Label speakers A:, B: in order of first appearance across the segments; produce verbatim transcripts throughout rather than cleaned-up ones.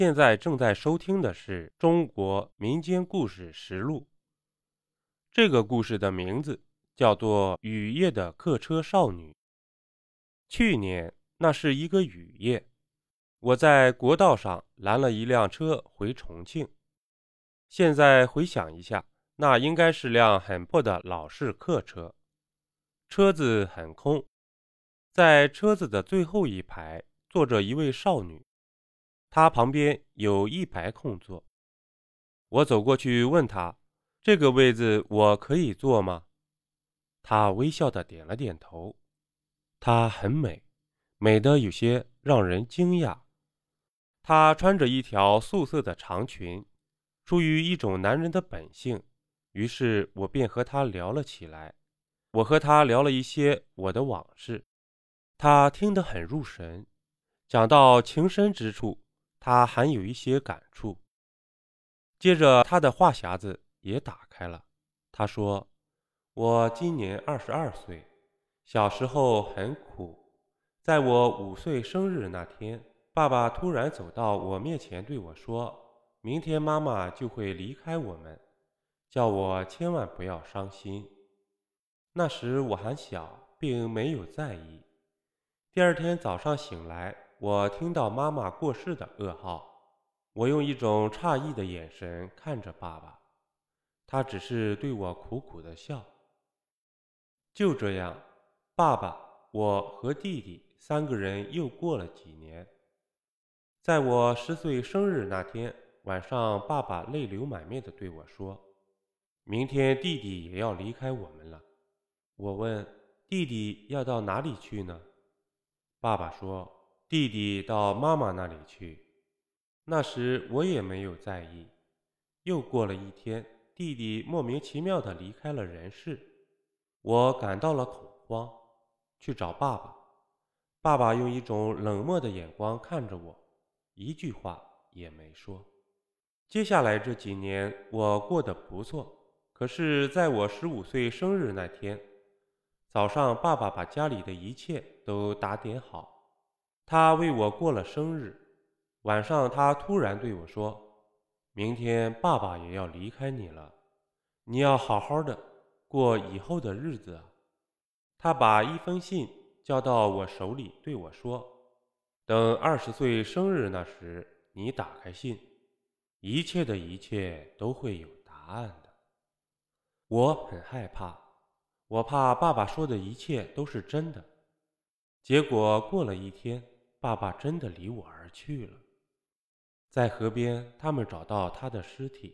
A: 现在正在收听的是《中国民间故事实录》。这个故事的名字叫做《雨夜的客车少女》。去年，那是一个雨夜，我在国道上拦了一辆车回重庆。现在回想一下，那应该是辆很破的老式客车，车子很空，在车子的最后一排坐着一位少女，她旁边有一排空座。我走过去问她，这个位子我可以坐吗？她微笑地点了点头。她很美，美得有些让人惊讶。她穿着一条素色的长裙，出于一种男人的本性，于是我便和她聊了起来。我和她聊了一些我的往事，她听得很入神。讲到情深之处，她还有一些感触。接着她的话匣子也打开了。她说，我今年二十二岁，小时候很苦。在我五岁生日那天，爸爸突然走到我面前对我说，明天妈妈就会离开我们，叫我千万不要伤心。那时我还小，并没有在意。第二天早上醒来，我听到妈妈过世的噩耗。我用一种诧异的眼神看着爸爸，他只是对我苦苦地笑。就这样，爸爸、我和弟弟三个人又过了几年。在我十岁生日那天晚上，爸爸泪流满面地对我说，明天弟弟也要离开我们了。我问，弟弟要到哪里去呢？爸爸说，弟弟到妈妈那里去。那时我也没有在意。又过了一天，弟弟莫名其妙地离开了人世。我感到了恐慌，去找爸爸。爸爸用一种冷漠的眼光看着我，一句话也没说。接下来这几年我过得不错，可是在我十五岁生日那天，早上爸爸把家里的一切都打点好，他为我过了生日。晚上他突然对我说，明天爸爸也要离开你了，你要好好的过以后的日子啊。他把一封信交到我手里对我说，等二十岁生日那时，你打开信，一切的一切都会有答案的。我很害怕，我怕爸爸说的一切都是真的。结果过了一天，爸爸真的离我而去了。在河边，他们找到他的尸体。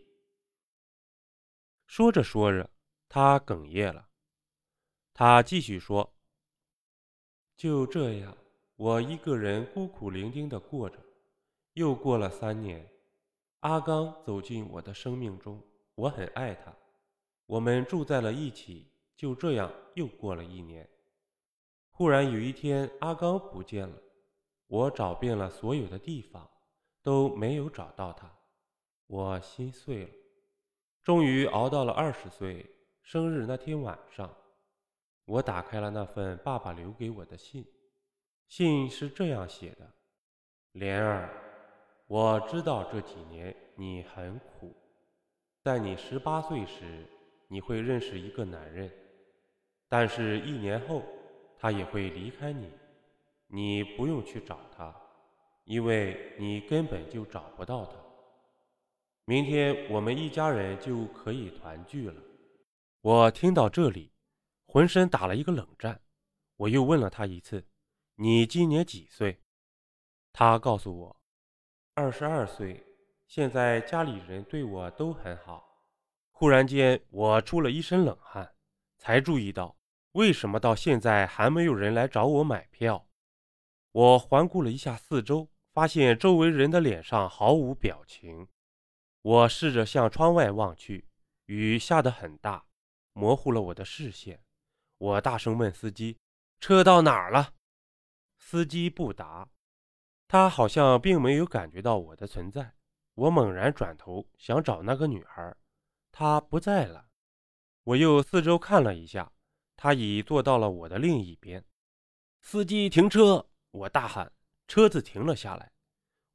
A: 说着说着，他哽咽了。他继续说，就这样，我一个人孤苦伶仃地过着。又过了三年，阿刚走进我的生命中，我很爱他，我们住在了一起。就这样又过了一年。忽然有一天，阿刚不见了，我找遍了所有的地方，都没有找到他。我心碎了。终于熬到了二十岁生日那天晚上，我打开了那份爸爸留给我的信。信是这样写的，莲儿，我知道这几年你很苦。在你十八岁时，你会认识一个男人，但是一年后他也会离开你。你不用去找他，因为你根本就找不到他。明天我们一家人就可以团聚了。我听到这里，浑身打了一个冷战。我又问了他一次，你今年几岁？他告诉我，二十二岁。现在家里人对我都很好。忽然间，我出了一身冷汗，才注意到为什么到现在还没有人来找我买票。我环顾了一下四周，发现周围人的脸上毫无表情。我试着向窗外望去，雨下得很大，模糊了我的视线。我大声问司机，车到哪儿了？司机不答，他好像并没有感觉到我的存在。我猛然转头想找那个女孩，她不在了。我又四周看了一下，她已坐到了我的另一边。司机停车！我大喊，车子停了下来。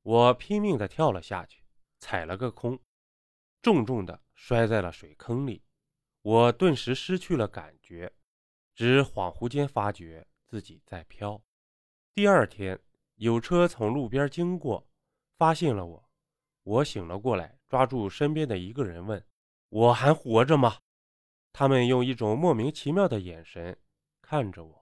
A: 我拼命地跳了下去，踩了个空，重重地摔在了水坑里。我顿时失去了感觉，只恍惚间发觉自己在飘。第二天，有车从路边经过，发现了我。我醒了过来，抓住身边的一个人问：“我还活着吗？”他们用一种莫名其妙的眼神看着我。